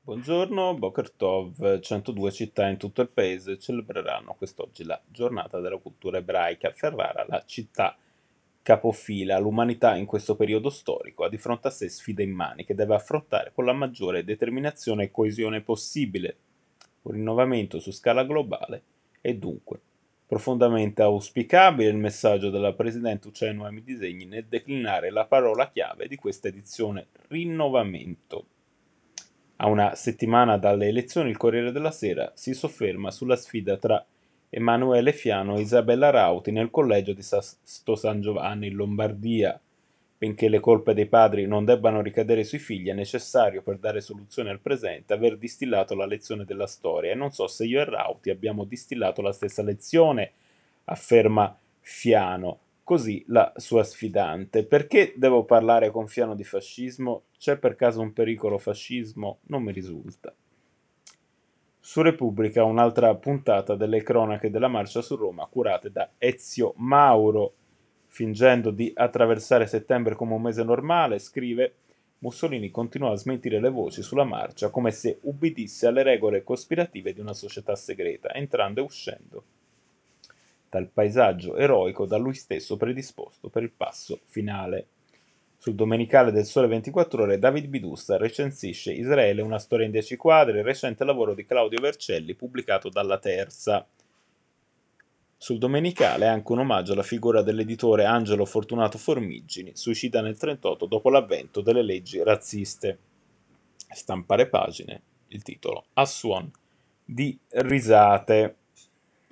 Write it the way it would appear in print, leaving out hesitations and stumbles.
Buongiorno, Boker Tov, 102 città in tutto il paese celebreranno quest'oggi la giornata della cultura ebraica. Ferrara, la città capofila, l'umanità in questo periodo storico ha di fronte a sé sfide immani che deve affrontare con la maggiore determinazione e coesione possibile. Un rinnovamento su scala globale è dunque profondamente auspicabile il messaggio della Presidente Uccello Noemi Disegni nel declinare la parola chiave di questa edizione: rinnovamento. A una settimana dalle elezioni, il Corriere della Sera si sofferma sulla sfida tra Emanuele Fiano e Isabella Rauti nel collegio di Sesto San Giovanni in Lombardia. Benché le colpe dei padri non debbano ricadere sui figli, è necessario, per dare soluzione al presente, aver distillato la lezione della storia. E non so se io e Rauti abbiamo distillato la stessa lezione, afferma Fiano. Così la sua sfidante. Perché devo parlare con Fiano di fascismo? C'è per caso un pericolo fascismo? Non mi risulta. Su Repubblica un'altra puntata delle cronache della marcia su Roma curate da Ezio Mauro. Fingendo di attraversare settembre come un mese normale, scrive: Mussolini continuò a smentire le voci sulla marcia come se ubbidisse alle regole cospirative di una società segreta, entrando e uscendo dal paesaggio eroico da lui stesso predisposto per il passo finale. Sul Domenicale del Sole 24 Ore David Bidusta recensisce Israele, una storia in 10 quadri, il recente lavoro di Claudio Vercelli pubblicato dalla Terza. Sul Domenicale anche un omaggio alla figura dell'editore Angelo Fortunato Formigini, suicida nel 1938 dopo l'avvento delle leggi razziste. Stampare pagine, il titolo, a suon di risate.